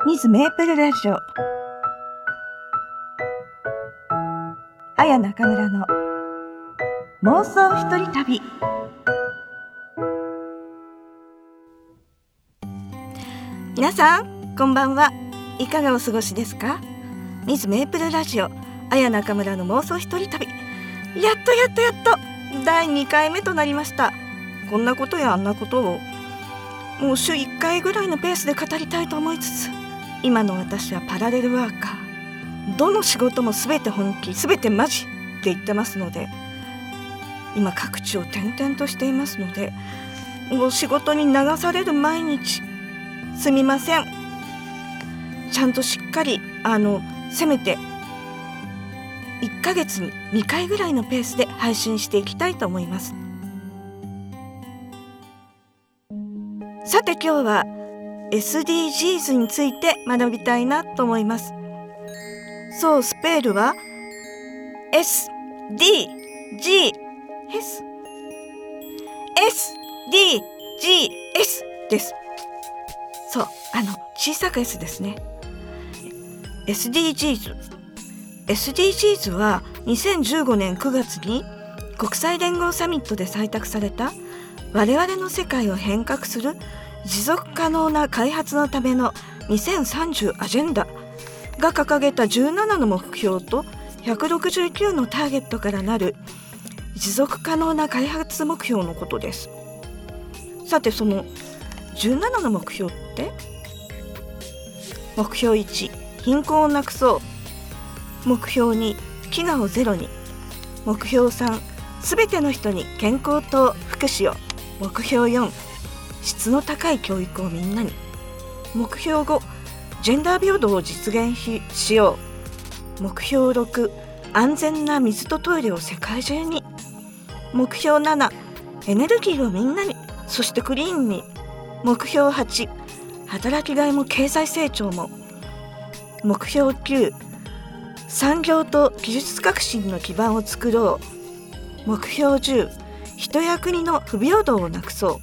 ミズメープルラジオ、綾中村の妄想一人旅。皆さんこんばんは。いかがお過ごしですか？ミズメープルラジオ、綾中村の妄想一人旅、やっと第2回目となりました。こんなことやあんなことをもう週1回ぐらいのペースで語りたいと思いつつ、今の私はパラレルワーカー、どの仕事も全て本気、全てマジって言ってますので、今各地を転々としていますので、もう仕事に流される毎日、すみません。ちゃんとしっかりせめて1ヶ月に2回ぐらいのペースで配信していきたいと思います。さて今日はSDGs について学びたいなと思います。そう、スペルは SDGsです。そう、小さく S ですね。SDGs は2015年9月に国際連合サミットで採択された我々の世界を変革する持続可能な開発のための2030アジェンダが掲げた17の目標と169のターゲットからなる持続可能な開発目標のことです。さてその17の目標って、目標1、貧困をなくそう。目標2、飢餓をゼロに。目標3、すべての人に健康と福祉を。目標4、質の高い教育をみんなに。目標5、ジェンダー平等を実現しよう。目標6、安全な水とトイレを世界中に。目標7、エネルギーをみんなに、そしてクリーンに。目標8、働きがいも経済成長も。目標9、産業と技術革新の基盤を作ろう。目標10、人や国の不平等をなくそう。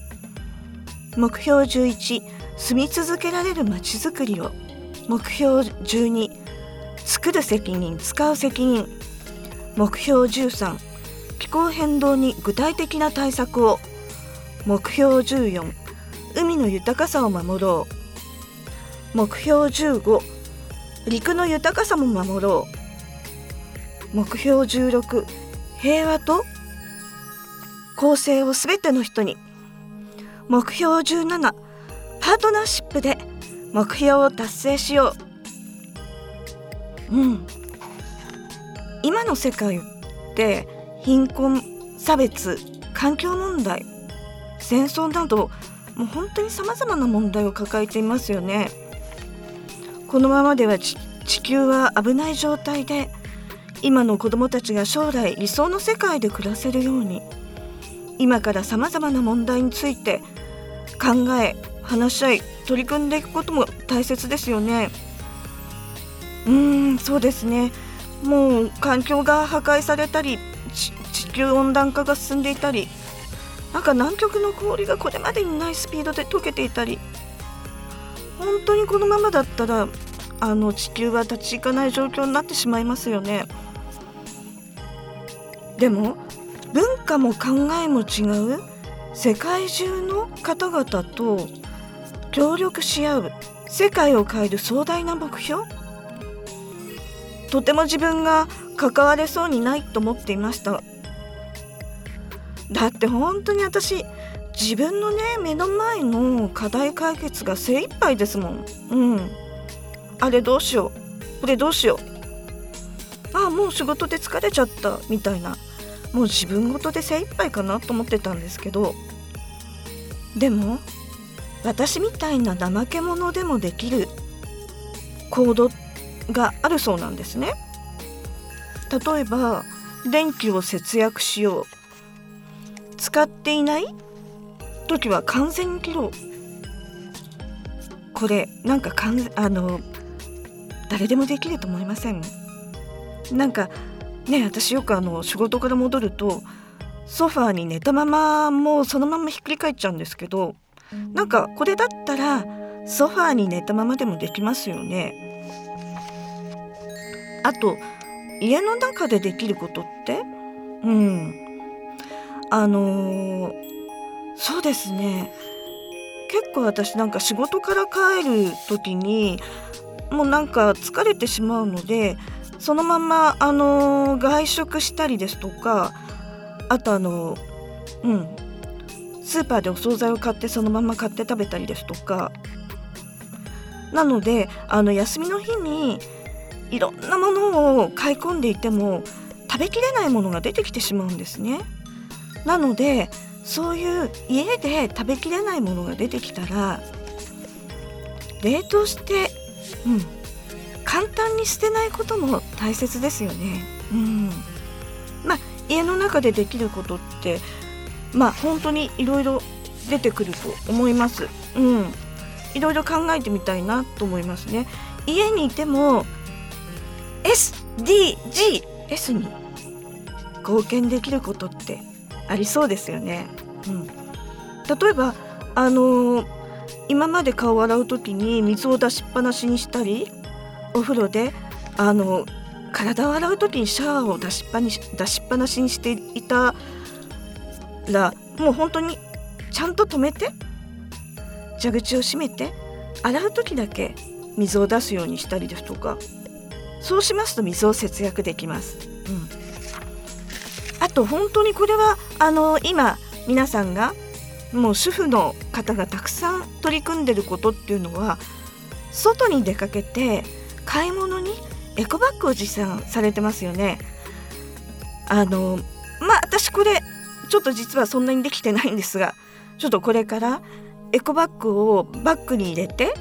目標11、住み続けられるまちづくりを。目標12、作る責任、使う責任。目標13、気候変動に具体的な対策を。目標14、海の豊かさを守ろう。目標15、陸の豊かさも守ろう。目標16、平和と公正をすべての人に。目標17、パートナーシップで目標を達成しよう。今の世界って貧困、差別、環境問題、戦争などもう本当に様々な問題を抱えていますよね。このままでは地球は危ない状態で、今の子どもたちが将来理想の世界で暮らせるように、今から様々な問題について考え、話し合い、取り組んでいくことも大切ですよね。そうですね。もう環境が破壊されたり、地球温暖化が進んでいたり、南極の氷がこれまでにないスピードで溶けていたり、本当にこのままだったら地球は立ち行かない状況になってしまいますよね。でも文化も考えも違う世界中の方々と協力し合う世界を変える壮大な目標、とても自分が関われそうにないと思っていました。だって本当に私、自分の目の前の課題解決が精一杯ですもん。あれどうしよう、これどうしよう、もう仕事で疲れちゃったみたいな、もう自分ごとで精一杯かなと思ってたんですけど、でも私みたいな怠け者でもできる行動があるそうなんですね。例えば電気を節約しよう。使っていない時は完全に切ろう。これ誰でもできると思いません？私よく仕事から戻るとソファーに寝たままもうそのままひっくり返っちゃうんですけど、これだったらソファーに寝たままでもできますよね。あと家の中でできることって、そうですね、結構私なんか仕事から帰る時にもうなんか疲れてしまうので、そのまま外食したりですとか、あとスーパーでお惣菜を買ってそのまま買って食べたりですとか、なので休みの日にいろんなものを買い込んでいても食べきれないものが出てきてしまうんですね。なのでそういう家で食べきれないものが出てきたら冷凍して、簡単に捨てないことも大切ですよね。家の中でできることって本当にいろいろ出てくると思います。いろいろ考えてみたいなと思いますね。家にいても SDGs に貢献できることってありそうですよね。例えば今まで顔を洗う時に水を出しっぱなしにしたり、お風呂で体を洗う時にシャワーを出しっぱなしにしていたら、もう本当にちゃんと止めて蛇口を閉めて洗う時だけ水を出すようにしたりですとか、そうしますと水を節約できます。あと本当にこれは今皆さんがもう主婦の方がたくさん取り組んでることっていうのは、外に出かけて買い物にエコバッグを持参されてますよね。私これちょっと実はそんなにできてないんですが、ちょっとこれからエコバッグをバッグに入れて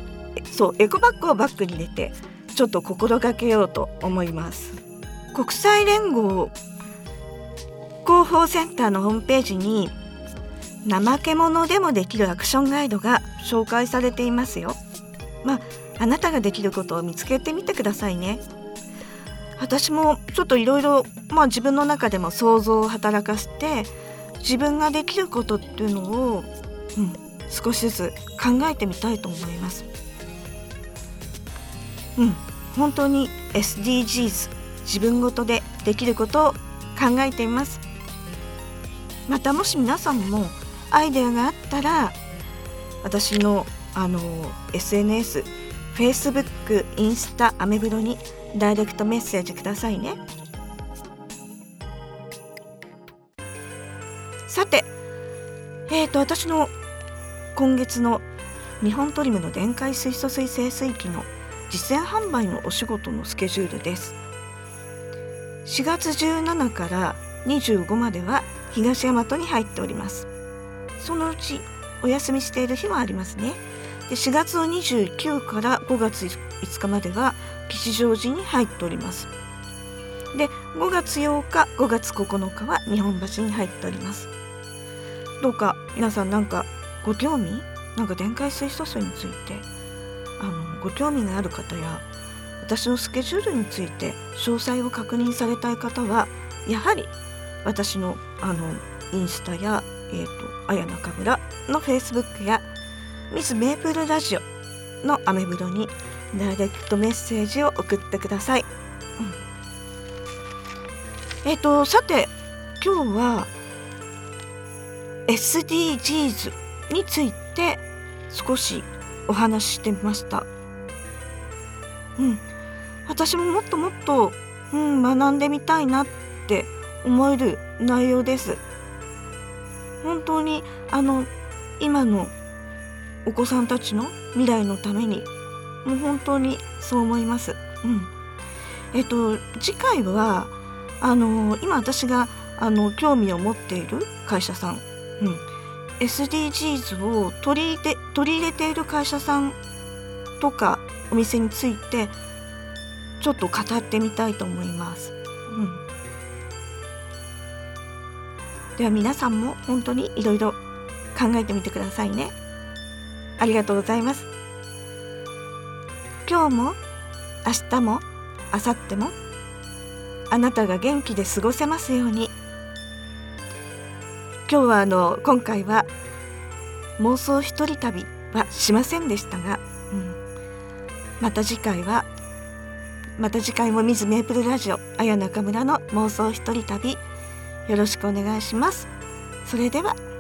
ちょっと心がけようと思います。国際連合広報センターのホームページに怠け者でもできるアクションガイドが紹介されていますよ。あなたができることを見つけてみてくださいね。私もちょっといろいろ自分の中でも想像を働かせて、自分ができることっていうのを、少しずつ考えてみたいと思います。本当に SDGs 自分ごとでできることを考えています。またもし皆さんもアイデアがあったら、私のSNS、Facebook、インスタ、アメブロにダイレクトメッセージくださいね。さて、私の今月の日本トリムの電解水素水清水機の実演販売のお仕事のスケジュールです。4月17から25までは東大和に入っております。そのうちお休みしている日もありますね。で、4月の29から5月5日までは吉祥寺に入っております。で、5月8日、5月9日は日本橋に入っております。どうか皆さんご興味、電解水素水についてご興味がある方や、私のスケジュールについて詳細を確認されたい方は、やはり私のインスタやあやなかぶらの Facebook やミスメープルラジオのアメブロにダイレクトメッセージを送ってください。さて今日は SDGs について少しお話ししてみました。私ももっともっと、学んでみたいなって思える内容です。本当に今のお子さんたちの未来のために、もう本当にそう思います。次回は今私が興味を持っている会社さん、SDGs を取り入れている会社さんとかお店についてちょっと語ってみたいと思います。では皆さんも本当にいろいろ考えてみてくださいね。ありがとうございます。今日も明日も明後日もあなたが元気で過ごせますように。今日は今回は妄想一人旅はしませんでしたが、 また次回も水メープルラジオ綾中村の妄想一人旅よろしくお願いします。それでは。